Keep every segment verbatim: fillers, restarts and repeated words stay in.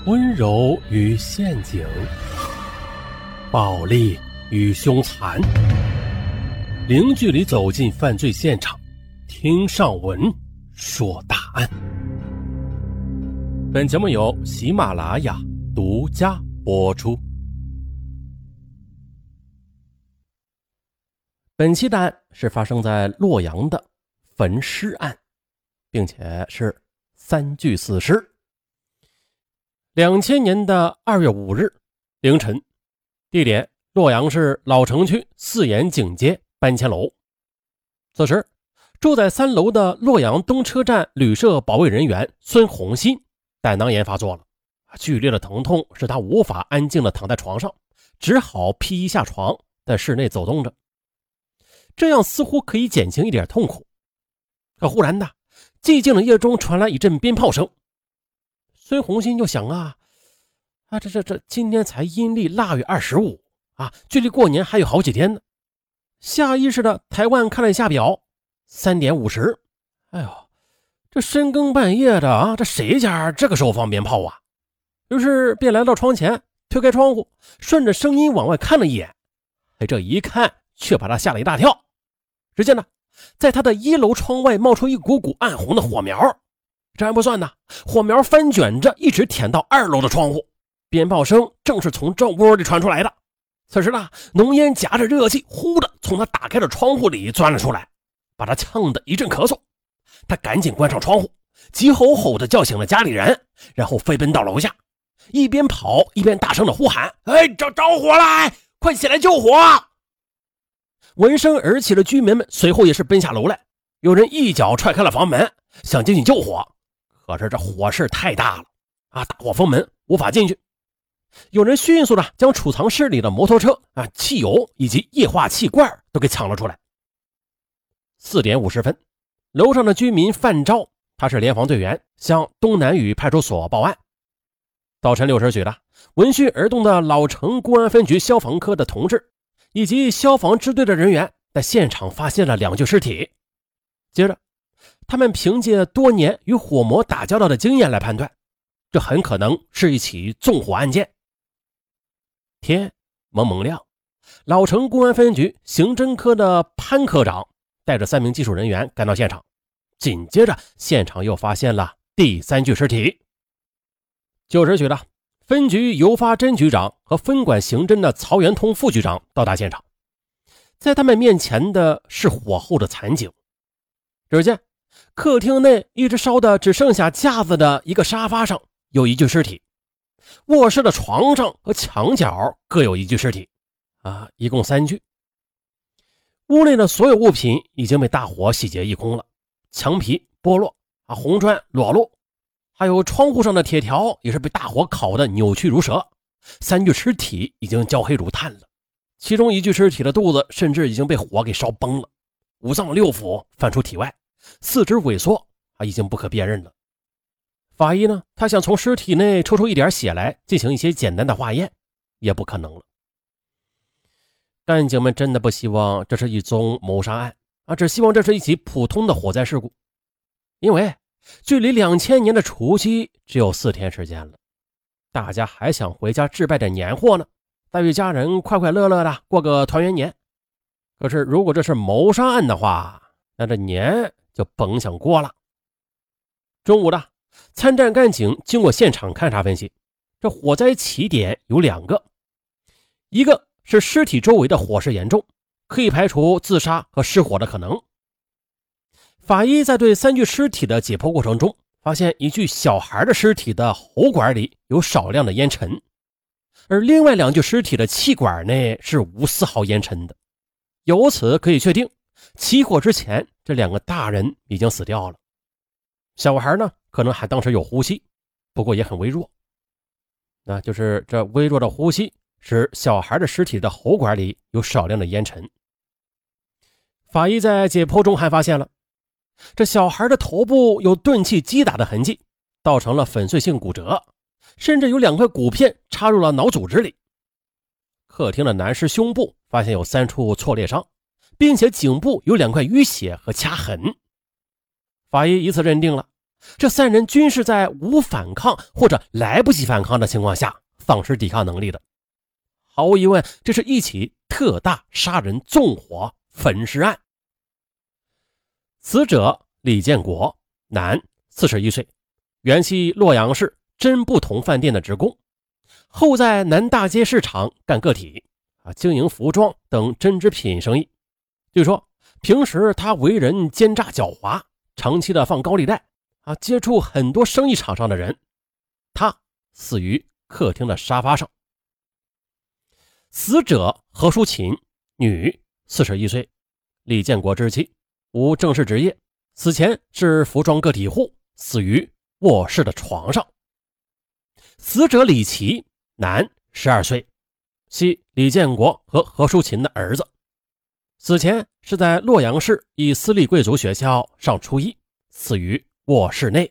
温柔与陷阱，暴力与凶残，零距离走进犯罪现场，听上文说大案。本节目由喜马拉雅独家播出。本期的案是发生在洛阳的焚尸案，并且是三具死尸。两千年的二月五日凌晨，地点洛阳市老城区四眼井街搬迁楼。此时住在三楼的洛阳东车站旅社保卫人员孙红新胆囊炎发作了，剧烈的疼痛使他无法安静地躺在床上，只好披衣下床，在室内走动着，这样似乎可以减轻一点痛苦。可忽然的寂静的夜中传来一阵鞭炮声，孙红新就想啊啊这这这今天才阴历腊月二十五啊，距离过年还有好几天呢。下意识的抬腕看了一下表，三点五十。哎呦，这深更半夜的啊，这谁家这个时候放鞭炮啊？于是便来到窗前，推开窗户，顺着声音往外看了一眼。哎，这一看却把他吓了一大跳。只见呢，在他的一楼窗外冒出一股股暗红的火苗，这还不算呢，火苗翻卷着一直舔到二楼的窗户，鞭炮声正是从这屋里传出来的。此时呢，浓烟夹着热气呼的从他打开的窗户里钻了出来，把他呛得一阵咳嗽。他赶紧关上窗户，急吼吼的叫醒了家里人，然后飞奔到楼下，一边跑一边大声的呼喊：哎，着着火了，快起来救火！闻声而起的居民们随后也是奔下楼来，有人一脚踹开了房门，想进去救火，可是这火势太大了啊，大火封门，无法进去。有人迅速的将储藏室里的摩托车啊、汽油以及液化气罐都给抢了出来。四点五十分，楼上的居民范昭，他是联防队员，向东南隅派出所报案。早晨六时许的，闻讯而动的老城公安分局消防科的同志以及消防支队的人员在现场发现了两具尸体。接着他们凭借多年与火魔打交道的经验来判断，这很可能是一起纵火案件。天蒙蒙亮，老城公安分局刑侦科的潘科长带着三名技术人员赶到现场，紧接着现场又发现了第三具尸体。九时许的，分局尤发侦局长和分管刑侦的曹元通副局长到达现场，在他们面前的是火后的惨景。只见客厅内一直烧的只剩下架子的一个沙发上有一具尸体，卧室的床上和墙角各有一具尸体啊，一共三具。屋内的所有物品已经被大火洗劫一空了，墙皮剥落啊，红砖裸露，还有窗户上的铁条也是被大火烤得扭曲如蛇。三具尸体已经焦黑如炭了，其中一具尸体的肚子甚至已经被火给烧崩了，五脏六腑翻出体外，四肢萎缩啊，已经不可辨认了。法医呢，他想从尸体内抽出一点血来进行一些简单的化验，也不可能了。干警们真的不希望这是一宗谋杀案啊，只希望这是一起普通的火灾事故。因为距离两千年的除夕只有四天时间了，大家还想回家置办点年货呢，再与家人快快乐乐的过个团圆年。可是如果这是谋杀案的话，那这年就甭想过了。中午的参战干警经过现场勘查分析，这火灾起点有两个，一个是尸体周围的火势严重，可以排除自杀和失火的可能。法医在对三具尸体的解剖过程中，发现一具小孩的尸体的喉管里有少量的烟尘，而另外两具尸体的气管内是无丝毫烟尘的，由此可以确定起火之前这两个大人已经死掉了。小孩呢，可能还当时有呼吸，不过也很微弱，那就是这微弱的呼吸使小孩的尸体的喉管里有少量的烟尘。法医在解剖中还发现了这小孩的头部有钝器击打的痕迹，造成了粉碎性骨折，甚至有两块骨片插入了脑组织里。客厅的男尸胸部发现有三处挫裂伤，并且颈部有两块淤血和掐痕。法医以此认定了这三人均是在无反抗或者来不及反抗的情况下丧失抵抗能力的。毫无疑问，这是一起特大杀人纵火焚尸案。死者李建国，男，四十一岁，原系洛阳市真不同饭店的职工，后在南大街市场干个体啊，经营服装等针织品生意。据说平时他为人奸诈狡猾，长期的放高利贷啊，接触很多生意场上的人。他死于客厅的沙发上。死者何淑琴，女，四十一岁，李建国之妻，无正式职业，死前是服装个体户，死于卧室的床上。死者李琦，男，十二岁，系李建国和何淑琴的儿子，死前是在洛阳市一私立贵族学校上初一，死于卧室内。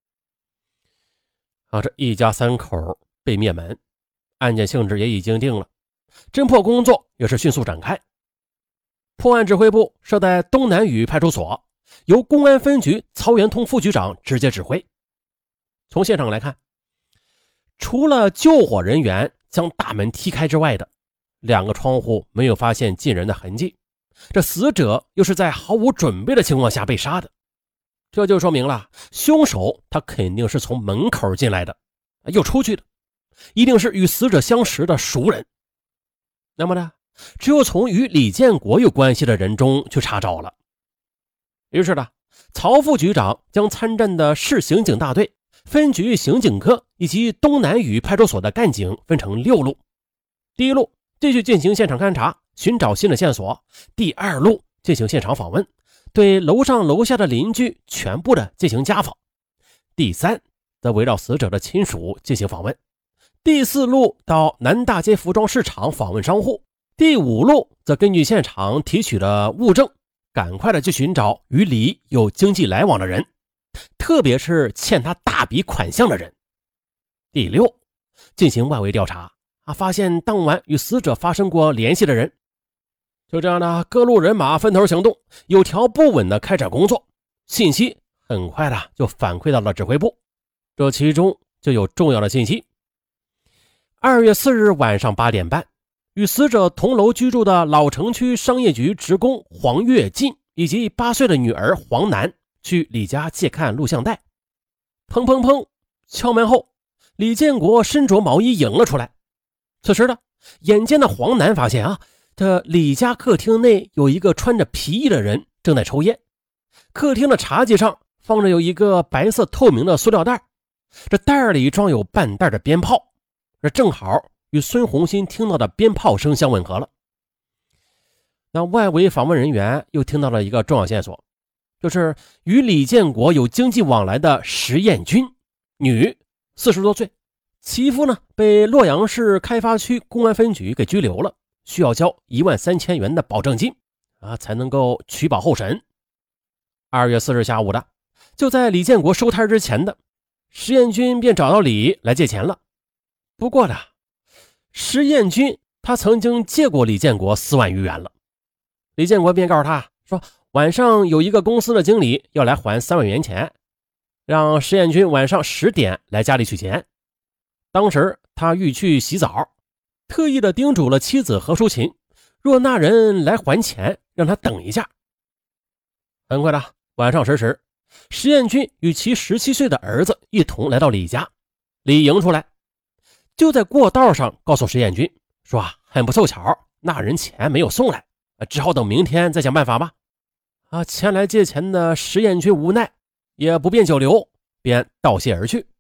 啊，这一家三口被灭门，案件性质也已经定了，侦破工作也是迅速展开。破案指挥部设在东南隅派出所，由公安分局曹元通副局长直接指挥。从现场来看，除了救火人员将大门踢开之外的两个窗户没有发现进人的痕迹，这死者又是在毫无准备的情况下被杀的，这就说明了凶手他肯定是从门口进来的又出去的，一定是与死者相识的熟人。那么呢，只有从与李建国有关系的人中去查找了。于是呢，曹副局长将参战的市刑警大队、分局刑警科以及东南隅派出所的干警分成六路。第一路继续进行现场勘查，寻找新的线索；第二路进行现场访问，对楼上楼下的邻居全部的进行家访；第三则围绕死者的亲属进行访问；第四路到南大街服装市场访问商户；第五路则根据现场提取的物证，赶快的去寻找与李有经济来往的人，特别是欠他大笔款项的人。第六，进行外围调查啊，发现当晚与死者发生过联系的人。就这样呢，各路人马分头行动，有条不紊的开展工作，信息很快的就反馈到了指挥部。这其中就有重要的信息。二月四日晚上八点半，与死者同楼居住的老城区商业局职工黄跃进以及八岁的女儿黄楠去李家借看录像带。砰砰砰，敲门后，李建国身着毛衣迎了出来。此时呢，眼尖的黄楠发现啊，这李家客厅内有一个穿着皮衣的人正在抽烟。客厅的茶几上放着有一个白色透明的塑料袋，这袋里装有半袋的鞭炮，这正好与孙红新听到的鞭炮声相吻合了。那外围访问人员又听到了一个重要线索，就是与李建国有经济往来的石艳军，女，四十多岁，其夫呢被洛阳市开发区公安分局给拘留了，需要交一万三千元的保证金啊，才能够取保候审。二月四日下午的，就在李建国收摊之前的，石艳军便找到李来借钱了。不过呢，石艳军他曾经借过李建国四万余元了。李建国便告诉他说，晚上有一个公司的经理要来还三万元钱，让石艳军晚上十点来家里取钱。当时他欲去洗澡，特意的叮嘱了妻子何淑琴，若那人来还钱，让他等一下。很快的，晚上十时，石艳军与其十七岁的儿子一同来到李家。李迎出来，就在过道上告诉石艳军说啊，很不凑巧，那人钱没有送来，只好等明天再想办法吧。啊，前来借钱的石艳军无奈，也不便久留，便道谢而去。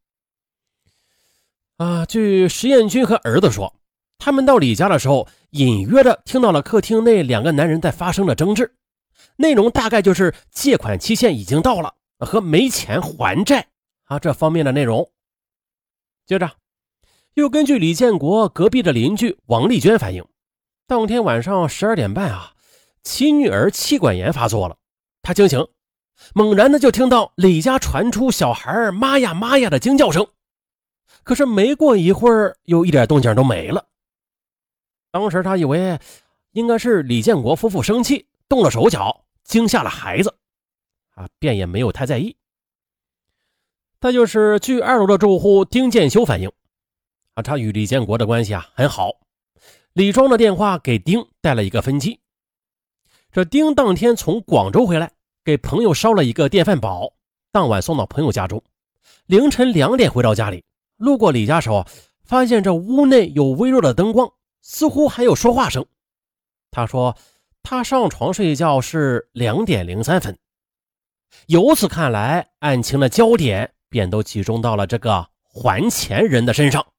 啊，据石艳军和儿子说，他们到李家的时候，隐约的听到了客厅内两个男人在发生着争执，内容大概就是借款期限已经到了和没钱还债啊这方面的内容。接着又根据李建国隔壁的邻居王丽娟反映，当天晚上十二点半啊，其女儿气管炎发作了，她惊醒，猛然的就听到李家传出小孩妈呀妈呀的惊叫声，可是没过一会儿又一点动静都没了。当时他以为应该是李建国夫妇生气动了手脚，惊吓了孩子啊，便也没有太在意。 他就是居二楼的住户丁建修反映啊，他与李建国的关系啊很好。李庄的电话给丁带了一个分机，这丁当天从广州回来，给朋友烧了一个电饭煲，当晚送到朋友家中。凌晨两点回到家里，路过李家时候，发现这屋内有微弱的灯光，似乎还有说话声。他说他上床睡觉是两点零三分。由此看来，案情的焦点便都集中到了这个还钱人的身上。